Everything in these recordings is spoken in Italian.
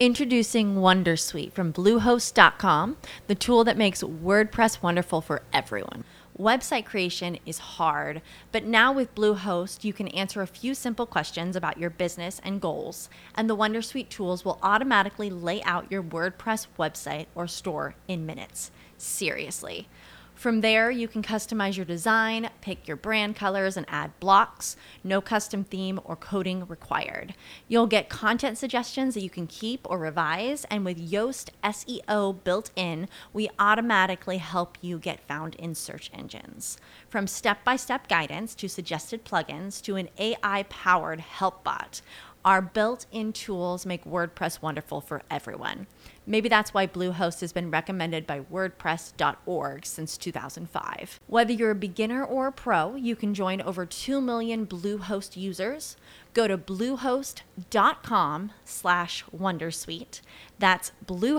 Introducing Wondersuite from Bluehost.com, the tool that makes WordPress wonderful for everyone. Website creation is hard, but now with Bluehost, you can answer a few simple questions about your business and goals, and the Wondersuite tools will automatically lay out your WordPress website or store in minutes. Seriously. From there, you can customize your design, pick your brand colors, and add blocks. No custom theme or coding required. You'll get content suggestions that you can keep or revise, and with Yoast SEO built in, we automatically help you get found in search engines. From step-by-step guidance to suggested plugins to an AI-powered help bot, our built-in tools make WordPress wonderful for everyone. Maybe that's why Bluehost has been recommended by WordPress.org since 2005. Whether you're a beginner or a pro, you can join over 2 million Bluehost users. Go to bluehost.com/wondersuite. That's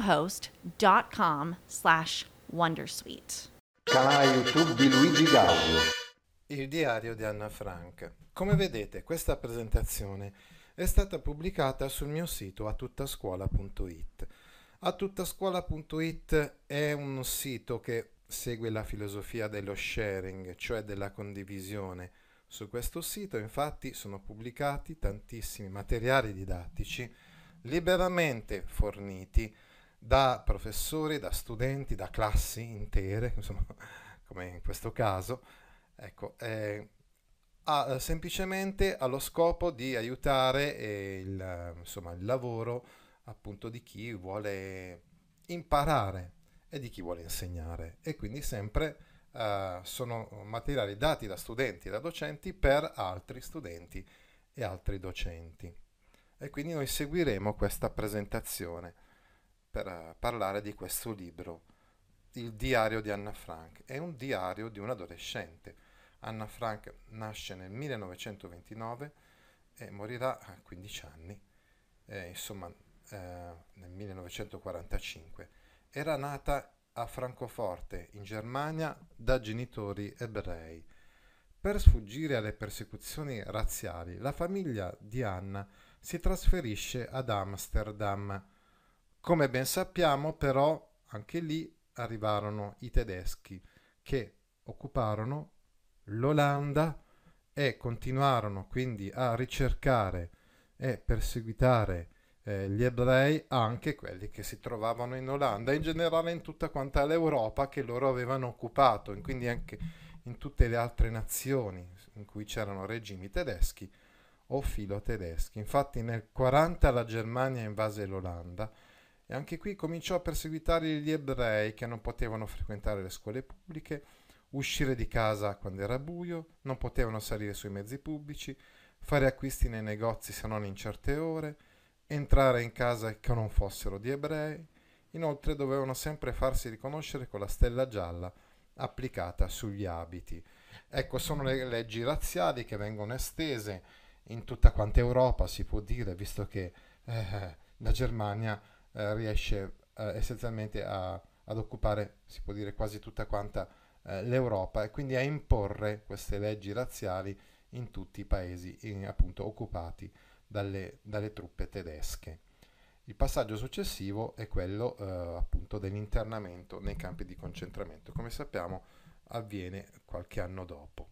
bluehost.com/wondersuite. Canale YouTube di Luigi Gaudio. Il diario di Anna Frank. Come vedete, questa presentazione è stata pubblicata sul mio sito atuttascuola.it. Atuttascuola.it è un sito che segue la filosofia dello sharing, cioè della condivisione. Su questo sito, infatti, sono pubblicati tantissimi materiali didattici liberamente forniti da professori, da studenti, da classi intere, insomma, come in questo caso. Ecco, semplicemente allo scopo di aiutare il lavoro appunto di chi vuole imparare e di chi vuole insegnare, e quindi sempre sono materiali dati da studenti e da docenti per altri studenti e altri docenti, e quindi noi seguiremo questa presentazione per parlare di questo libro, Il diario di Anna Frank. È un diario di un adolescente. Anna Frank nasce nel 1929 e morirà a 15 anni, nel 1945. Era nata a Francoforte, in Germania, da genitori ebrei. Per sfuggire alle persecuzioni razziali, la famiglia di Anna si trasferisce ad Amsterdam. Come ben sappiamo, però, anche lì arrivarono i tedeschi che occuparono l'Olanda e continuarono quindi a ricercare e perseguitare gli ebrei, anche quelli che si trovavano in Olanda, in generale in tutta quanta l'Europa che loro avevano occupato, e quindi anche in tutte le altre nazioni in cui c'erano regimi tedeschi o filotedeschi. Infatti nel 40 la Germania invase l'Olanda e anche qui cominciò a perseguitare gli ebrei che non potevano frequentare le scuole pubbliche, uscire di casa quando era buio, non potevano salire sui mezzi pubblici, fare acquisti nei negozi se non in certe ore, entrare in casa che non fossero di ebrei. Inoltre dovevano sempre farsi riconoscere con la stella gialla applicata sugli abiti. Ecco, sono le leggi razziali che vengono estese in tutta quanta Europa, si può dire, visto che la Germania riesce essenzialmente ad occupare, si può dire, quasi tutta quanta l'Europa, e quindi a imporre queste leggi razziali in tutti i paesi appunto occupati dalle truppe tedesche. Il passaggio successivo è quello appunto dell'internamento nei campi di concentramento. Come sappiamo, avviene qualche anno dopo.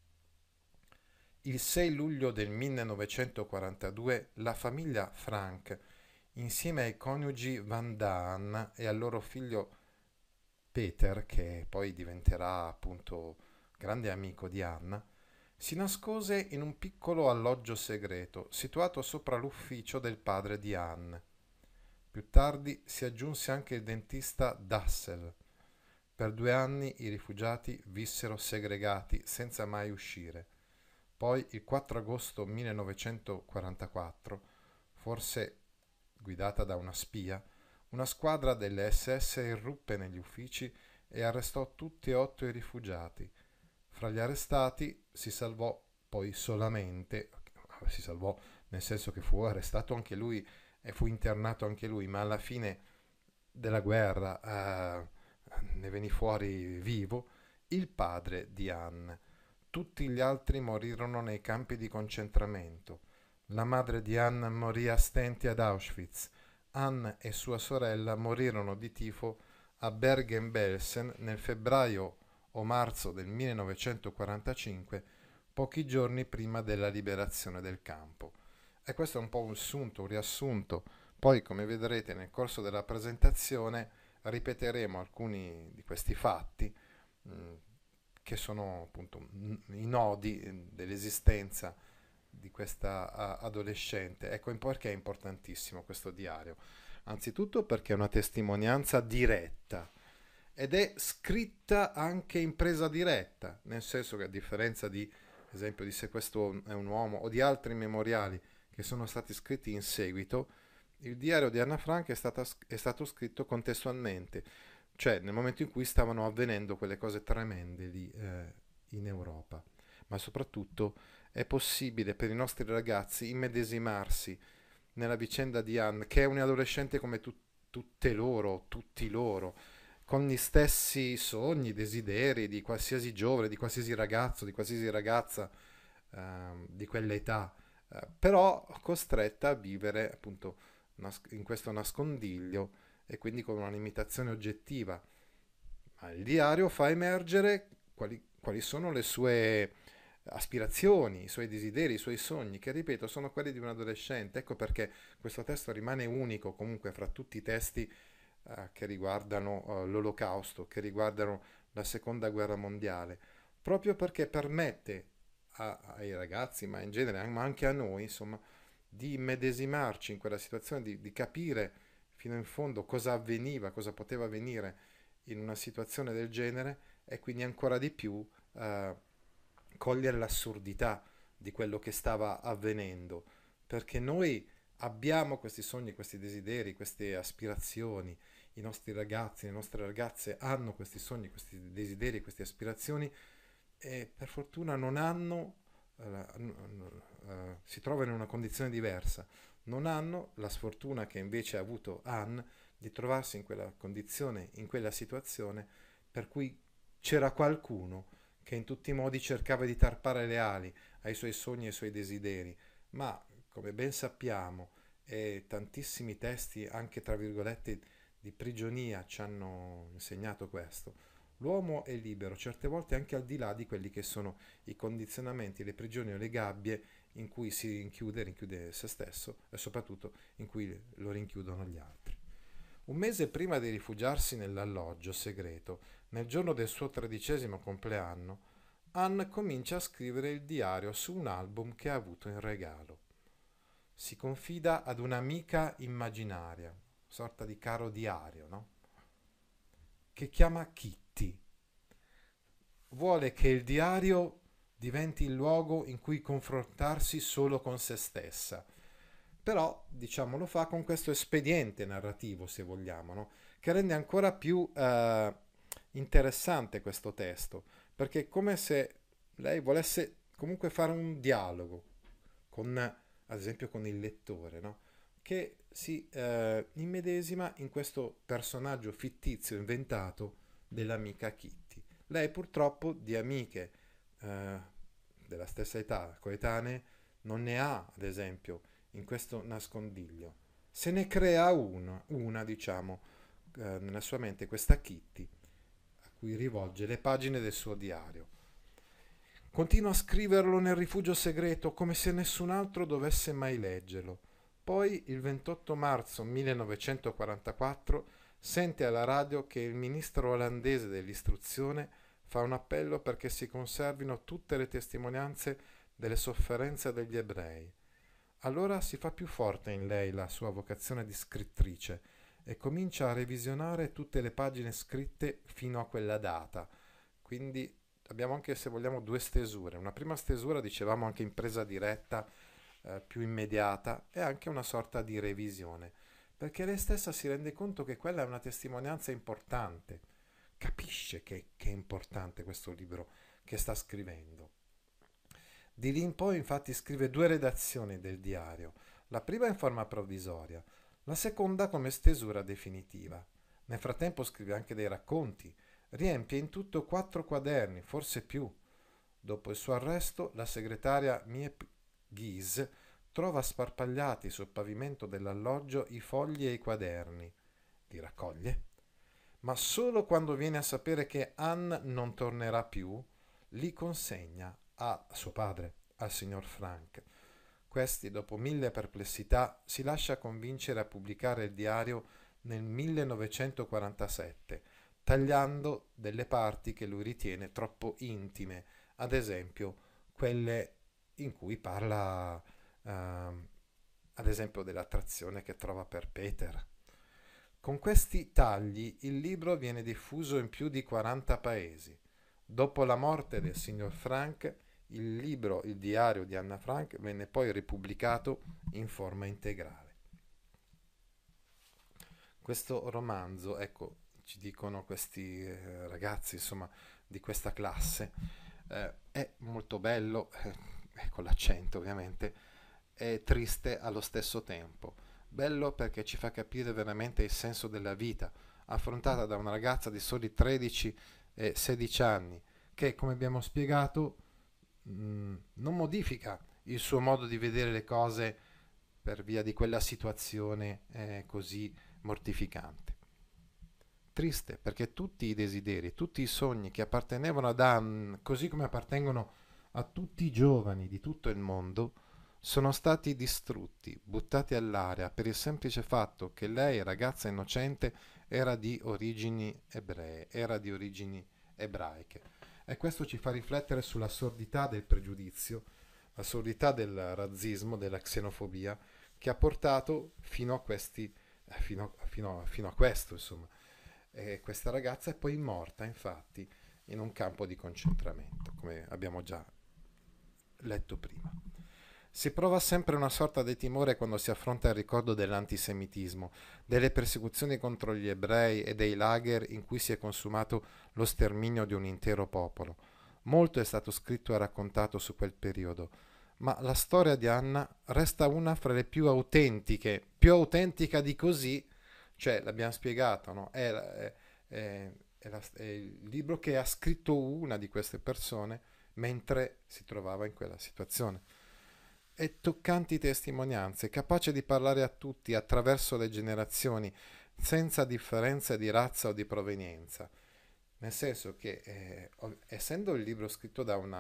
Il 6 luglio del 1942 la famiglia Frank, insieme ai coniugi Van Daan e al loro figlio Peter, che poi diventerà appunto grande amico di Anna, si nascose in un piccolo alloggio segreto situato sopra l'ufficio del padre di Anne. Più tardi si aggiunse anche il dentista Dassel. Per 2 anni i rifugiati vissero segregati senza mai uscire. Poi il 4 agosto 1944, forse guidata da una spia, una squadra delle SS irruppe negli uffici e arrestò tutti e 8 i rifugiati. Fra gli arrestati si salvò poi solamente, si salvò nel senso che fu arrestato anche lui e fu internato anche lui, ma alla fine della guerra ne venì fuori vivo, il padre di Anne. Tutti gli altri morirono nei campi di concentramento. La madre di Anne morì a stenti ad Auschwitz. Anne e sua sorella morirono di tifo a Bergen-Belsen nel febbraio o marzo del 1945, pochi giorni prima della liberazione del campo. E questo è un po' un sunto, un riassunto. Poi, come vedrete nel corso della presentazione, ripeteremo alcuni di questi fatti che sono appunto i nodi dell'esistenza di questa adolescente. Ecco perché è importantissimo questo diario. Anzitutto perché è una testimonianza diretta ed è scritta anche in presa diretta, nel senso che a differenza di, ad esempio, di Se questo è un uomo o di altri memoriali che sono stati scritti in seguito, il diario di Anna Frank è stato scritto contestualmente, cioè nel momento in cui stavano avvenendo quelle cose tremende lì in Europa. Ma soprattutto è possibile per i nostri ragazzi immedesimarsi nella vicenda di Anne, che è un adolescente come tutte loro, tutti loro, con gli stessi sogni, desideri di qualsiasi giovane, di qualsiasi ragazzo, di qualsiasi ragazza di quell'età, però costretta a vivere appunto in questo nascondiglio e quindi con una limitazione oggettiva. Ma il diario fa emergere quali sono le sue aspirazioni, i suoi desideri, i suoi sogni, che ripeto sono quelli di un adolescente. Ecco perché questo testo rimane unico comunque fra tutti i testi che riguardano l'Olocausto, che riguardano la Seconda Guerra Mondiale, proprio perché permette ai ragazzi, ma in genere ma anche a noi, insomma, di immedesimarci in quella situazione, di capire fino in fondo cosa avveniva, cosa poteva avvenire in una situazione del genere e quindi ancora di più cogliere l'assurdità di quello che stava avvenendo, perché noi abbiamo questi sogni, questi desideri, queste aspirazioni, i nostri ragazzi, le nostre ragazze hanno questi sogni, questi desideri, queste aspirazioni e per fortuna non hanno, si trovano in una condizione diversa, non hanno la sfortuna che invece ha avuto Anne di trovarsi in quella condizione, in quella situazione per cui c'era qualcuno che in tutti i modi cercava di tarpare le ali ai suoi sogni e ai suoi desideri, ma come ben sappiamo, e tantissimi testi, anche tra virgolette, di prigionia ci hanno insegnato questo, l'uomo è libero, certe volte anche al di là di quelli che sono i condizionamenti, le prigioni o le gabbie in cui si rinchiude se stesso e soprattutto in cui lo rinchiudono gli altri. Un mese prima di rifugiarsi nell'alloggio segreto, nel giorno del suo 13° compleanno, Anne comincia a scrivere il diario su un album che ha avuto in regalo. Si confida ad un'amica immaginaria, sorta di caro diario, no? Che chiama Kitty. Vuole che il diario diventi il luogo in cui confrontarsi solo con se stessa. Però, diciamo, lo fa con questo espediente narrativo, se vogliamo, no? Che rende ancora più interessante questo testo, perché è come se lei volesse comunque fare un dialogo con, ad esempio, con il lettore, no? Che si immedesima in questo personaggio fittizio inventato dell'amica Kitty. Lei purtroppo di amiche della stessa età, coetanee, non ne ha, ad esempio, in questo nascondiglio. Se ne crea una diciamo, nella sua mente, questa Kitty, a cui rivolge le pagine del suo diario. Continua a scriverlo nel rifugio segreto come se nessun altro dovesse mai leggerlo. Poi, il 28 marzo 1944, sente alla radio che il ministro olandese dell'istruzione fa un appello perché si conservino tutte le testimonianze delle sofferenze degli ebrei. Allora si fa più forte in lei la sua vocazione di scrittrice e comincia a revisionare tutte le pagine scritte fino a quella data. Quindi abbiamo anche, se vogliamo, due stesure. Una prima stesura, dicevamo, anche in presa diretta, più immediata, e anche una sorta di revisione, perché lei stessa si rende conto che quella è una testimonianza importante. Capisce che è importante questo libro che sta scrivendo. Di lì in poi infatti scrive 2 redazioni del diario, la prima in forma provvisoria, la seconda come stesura definitiva. Nel frattempo scrive anche dei racconti, riempie in tutto 4 quaderni, forse più. Dopo il suo arresto, la segretaria Miep Gies trova sparpagliati sul pavimento dell'alloggio i fogli e i quaderni. Li raccoglie, ma solo quando viene a sapere che Anne non tornerà più, li consegna a suo padre, al signor Frank. Questi, dopo 1000 perplessità, si lascia convincere a pubblicare il diario nel 1947, tagliando delle parti che lui ritiene troppo intime, ad esempio quelle in cui parla, ad esempio, dell'attrazione che trova per Peter. Con questi tagli il libro viene diffuso in più di 40 paesi. Dopo la morte del signor Frank, il diario di Anna Frank, venne poi ripubblicato in forma integrale. Questo romanzo, ecco, ci dicono questi ragazzi, insomma, di questa classe, è molto bello, con l'accento ovviamente, è triste allo stesso tempo. Bello perché ci fa capire veramente il senso della vita, affrontata da una ragazza di soli 13 e 16 anni, che, come abbiamo spiegato, non modifica il suo modo di vedere le cose per via di quella situazione così mortificante. Triste perché tutti i desideri, tutti i sogni che appartenevano ad Anne, così come appartengono a tutti i giovani di tutto il mondo, sono stati distrutti, buttati all'aria per il semplice fatto che lei, ragazza innocente, era di origini ebree, era di origini ebraiche. E questo ci fa riflettere sull'assurdità del pregiudizio, l'assurdità del razzismo, della xenofobia, che ha portato fino a questi, fino a questo, insomma. E questa ragazza è poi morta, infatti, in un campo di concentramento, come abbiamo già letto prima. Si prova sempre una sorta di timore quando si affronta il ricordo dell'antisemitismo, delle persecuzioni contro gli ebrei e dei lager in cui si è consumato lo sterminio di un intero popolo. Molto è stato scritto e raccontato su quel periodo, ma la storia di Anna resta una fra le più autentica di così, cioè l'abbiamo spiegato, no? È il libro che ha scritto una di queste persone mentre si trovava in quella situazione. E toccanti testimonianze, capace di parlare a tutti attraverso le generazioni, senza differenze di razza o di provenienza. Nel senso che, essendo il libro scritto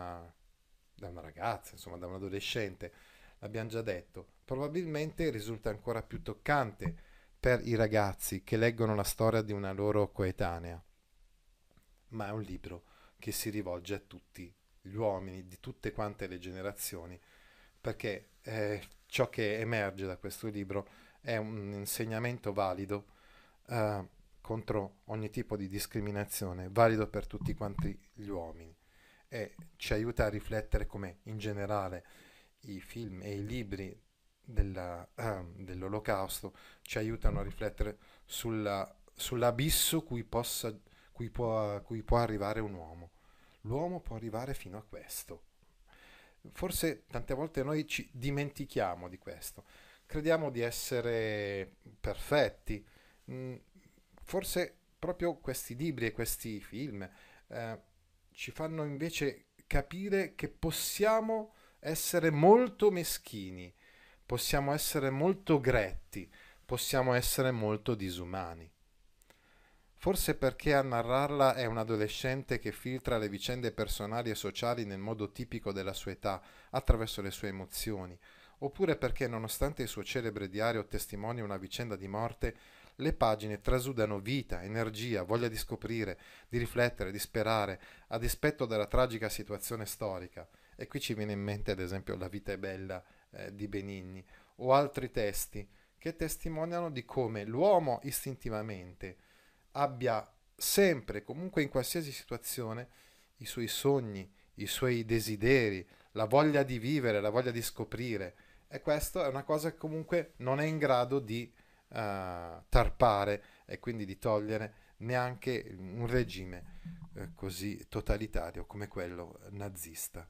da una ragazza, insomma, da un adolescente, l'abbiamo già detto, probabilmente risulta ancora più toccante per i ragazzi che leggono la storia di una loro coetanea. Ma è un libro che si rivolge a tutti gli uomini di tutte quante le generazioni, perché ciò che emerge da questo libro è un insegnamento valido contro ogni tipo di discriminazione, valido per tutti quanti gli uomini, e ci aiuta a riflettere come in generale i film e i libri dell'Olocausto ci aiutano a riflettere sull'abisso cui può arrivare un uomo. L'uomo può arrivare fino a questo. Forse tante volte noi ci dimentichiamo di questo, crediamo di essere perfetti. Forse proprio questi libri e questi film ci fanno invece capire che possiamo essere molto meschini, possiamo essere molto gretti, possiamo essere molto disumani. Forse perché a narrarla è un adolescente che filtra le vicende personali e sociali nel modo tipico della sua età, attraverso le sue emozioni, oppure perché, nonostante il suo celebre diario testimoni una vicenda di morte, le pagine trasudano vita, energia, voglia di scoprire, di riflettere, di sperare, a dispetto della tragica situazione storica. E qui ci viene in mente, ad esempio, La vita è bella di Benigni, o altri testi che testimoniano di come l'uomo istintivamente abbia sempre, comunque in qualsiasi situazione, i suoi sogni, i suoi desideri, la voglia di vivere, la voglia di scoprire. E questo è una cosa che comunque non è in grado di tarpare e quindi di togliere neanche un regime così totalitario come quello nazista.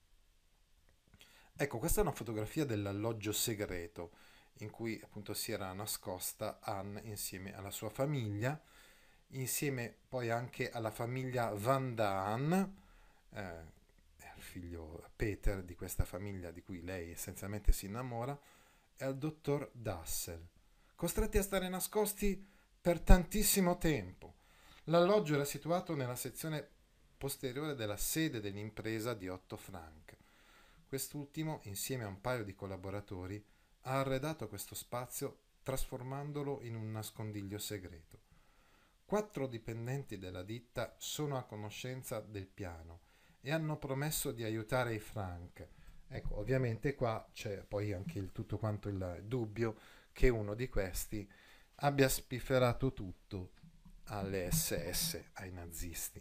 Ecco, questa è una fotografia dell'alloggio segreto in cui appunto si era nascosta Anne insieme alla sua famiglia, insieme poi anche alla famiglia Van Daan, figlio Peter di questa famiglia di cui lei essenzialmente si innamora, e al dottor Dassel, costretti a stare nascosti per tantissimo tempo. L'alloggio era situato nella sezione posteriore della sede dell'impresa di Otto Frank. Quest'ultimo, insieme a un paio di collaboratori, ha arredato questo spazio trasformandolo in un nascondiglio segreto. 4 dipendenti della ditta sono a conoscenza del piano e hanno promesso di aiutare i Frank. Ecco, ovviamente qua c'è poi anche tutto quanto il dubbio che uno di questi abbia spifferato tutto alle SS, ai nazisti.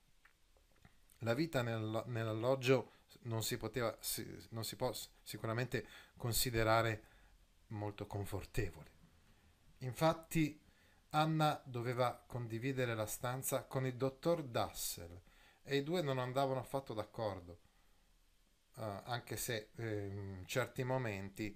La vita nell'alloggio non si può sicuramente considerare molto confortevole. Infatti Anna doveva condividere la stanza con il dottor Dassel e i due non andavano affatto d'accordo, anche se in certi momenti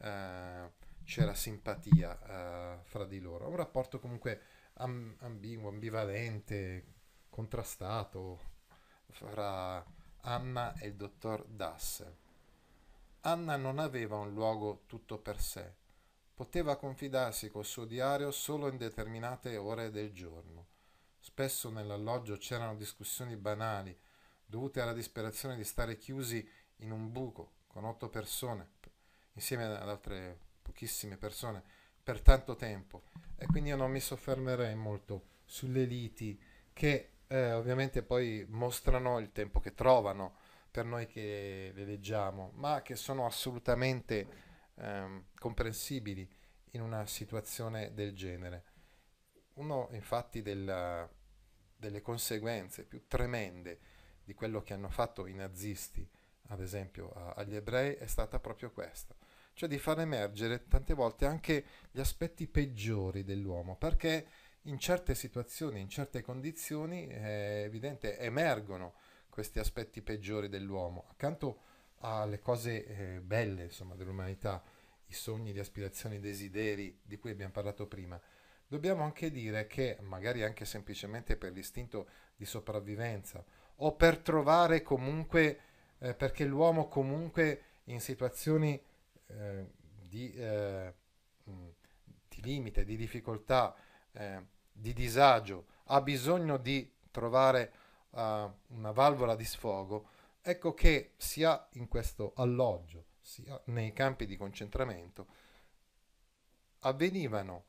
c'era simpatia fra di loro. Un rapporto comunque ambiguo, ambivalente, contrastato fra Anna e il dottor Dassel. Anna non aveva un luogo tutto per sé. Poteva confidarsi col suo diario solo in determinate ore del giorno. Spesso nell'alloggio c'erano discussioni banali, dovute alla disperazione di stare chiusi in un buco con 8 persone, insieme ad altre pochissime persone, per tanto tempo. E quindi io non mi soffermerei molto sulle liti che ovviamente poi mostrano il tempo che trovano per noi che le leggiamo, ma che sono assolutamente comprensibili in una situazione del genere. Uno infatti delle conseguenze più tremende di quello che hanno fatto i nazisti, ad esempio agli ebrei, è stata proprio questa, cioè di far emergere tante volte anche gli aspetti peggiori dell'uomo, perché in certe situazioni, in certe condizioni, è evidente, emergono questi aspetti peggiori dell'uomo, accanto alle cose belle, insomma, dell'umanità, i sogni, le aspirazioni, i desideri di cui abbiamo parlato prima. Dobbiamo anche dire che, magari anche semplicemente per l'istinto di sopravvivenza, o per trovare comunque, perché l'uomo comunque in situazioni eh, di, eh, mh, di limite, di difficoltà, di disagio, ha bisogno di trovare una valvola di sfogo, ecco che sia in questo alloggio, sia nei campi di concentramento, avvenivano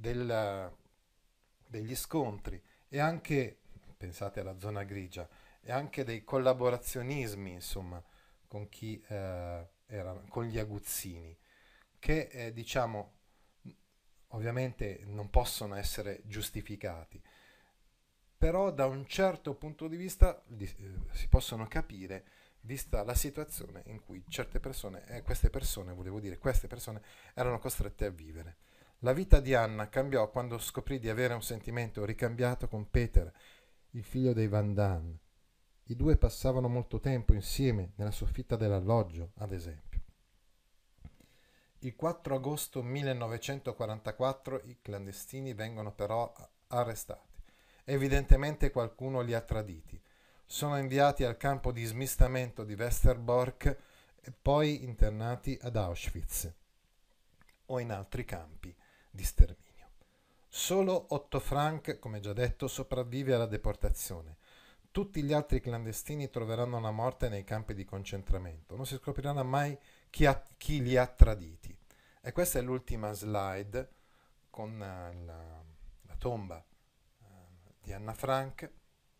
degli scontri e anche, pensate alla zona grigia, e anche dei collaborazionismi, insomma, con chi con gli aguzzini, che diciamo ovviamente non possono essere giustificati, però da un certo punto di vista si possono capire, vista la situazione in cui certe persone, queste persone erano costrette a vivere. La vita di Anna cambiò quando scoprì di avere un sentimento ricambiato con Peter, il figlio dei Van Damme. I due passavano molto tempo insieme nella soffitta dell'alloggio, ad esempio. Il 4 agosto 1944 i clandestini vengono però arrestati. Evidentemente qualcuno li ha traditi. Sono inviati al campo di smistamento di Westerbork e poi internati ad Auschwitz o in altri campi di sterminio. Solo Otto Frank, come già detto, sopravvive alla deportazione. Tutti gli altri clandestini troveranno la morte nei campi di concentramento. Non si scoprirà mai chi li ha traditi. E questa è l'ultima slide con la tomba di Anna Frank,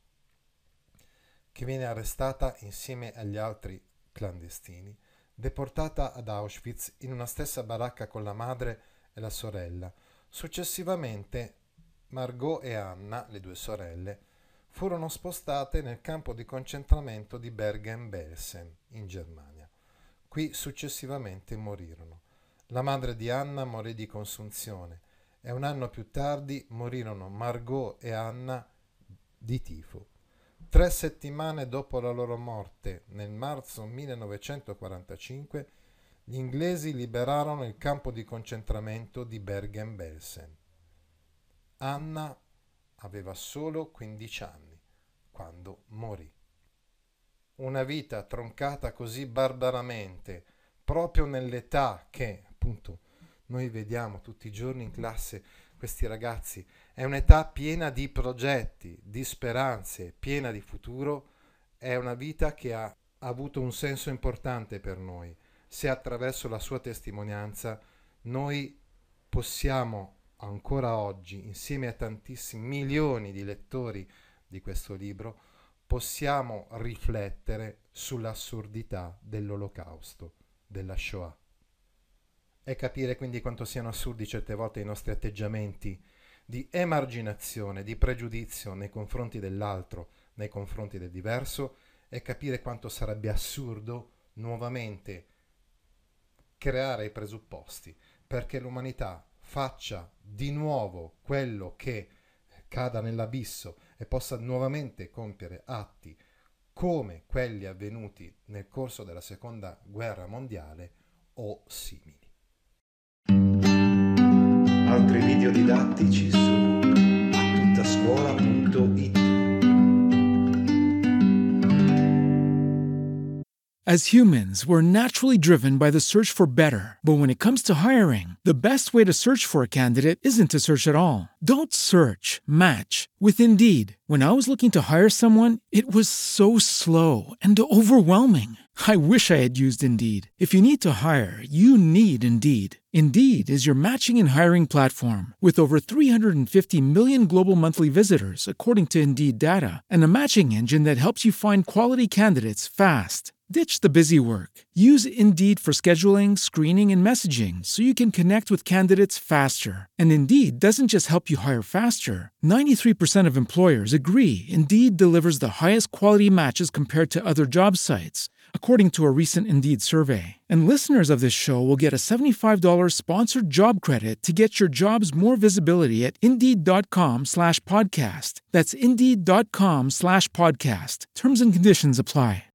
che viene arrestata insieme agli altri clandestini, deportata ad Auschwitz in una stessa baracca con la madre e la sorella. Successivamente Margot e Anna, le due sorelle, furono spostate nel campo di concentramento di Bergen-Belsen, in Germania. Qui successivamente morirono. La madre di Anna morì di consunzione e un anno più tardi morirono Margot e Anna di tifo. 3 settimane dopo la loro morte, nel marzo 1945, gli inglesi liberarono il campo di concentramento di Bergen-Belsen. Anna aveva solo 15 anni quando morì. una vita troncata così barbaramente, proprio nell'età che, appunto, noi vediamo tutti i giorni in classe questi ragazzi, è un'età piena di progetti, di speranze, piena di futuro, è una vita che ha avuto un senso importante per noi. Se attraverso la sua testimonianza noi possiamo ancora oggi, insieme a tantissimi milioni di lettori di questo libro, possiamo riflettere sull'assurdità dell'Olocausto, della Shoah. E capire quindi quanto siano assurdi certe volte i nostri atteggiamenti di emarginazione, di pregiudizio nei confronti dell'altro, nei confronti del diverso, e capire quanto sarebbe assurdo nuovamente creare i presupposti perché l'umanità faccia di nuovo quello che cada nell'abisso e possa nuovamente compiere atti come quelli avvenuti nel corso della Seconda Guerra Mondiale o simili. Altri video didattici su atuttascuola.it. As humans, we're naturally driven by the search for better. But when it comes to hiring, the best way to search for a candidate isn't to search at all. Don't search, match with Indeed. When I was looking to hire someone, it was so slow and overwhelming. I wish I had used Indeed. If you need to hire, you need Indeed. Indeed is your matching and hiring platform with over 350 million global monthly visitors, according to Indeed data, and a matching engine that helps you find quality candidates fast. Ditch the busy work. Use Indeed for scheduling, screening, and messaging so you can connect with candidates faster. And Indeed doesn't just help you hire faster. 93% of employers agree Indeed delivers the highest quality matches compared to other job sites, according to a recent Indeed survey. And listeners of this show will get a $75 sponsored job credit to get your jobs more visibility at Indeed.com/podcast. That's Indeed.com/podcast. Terms and conditions apply.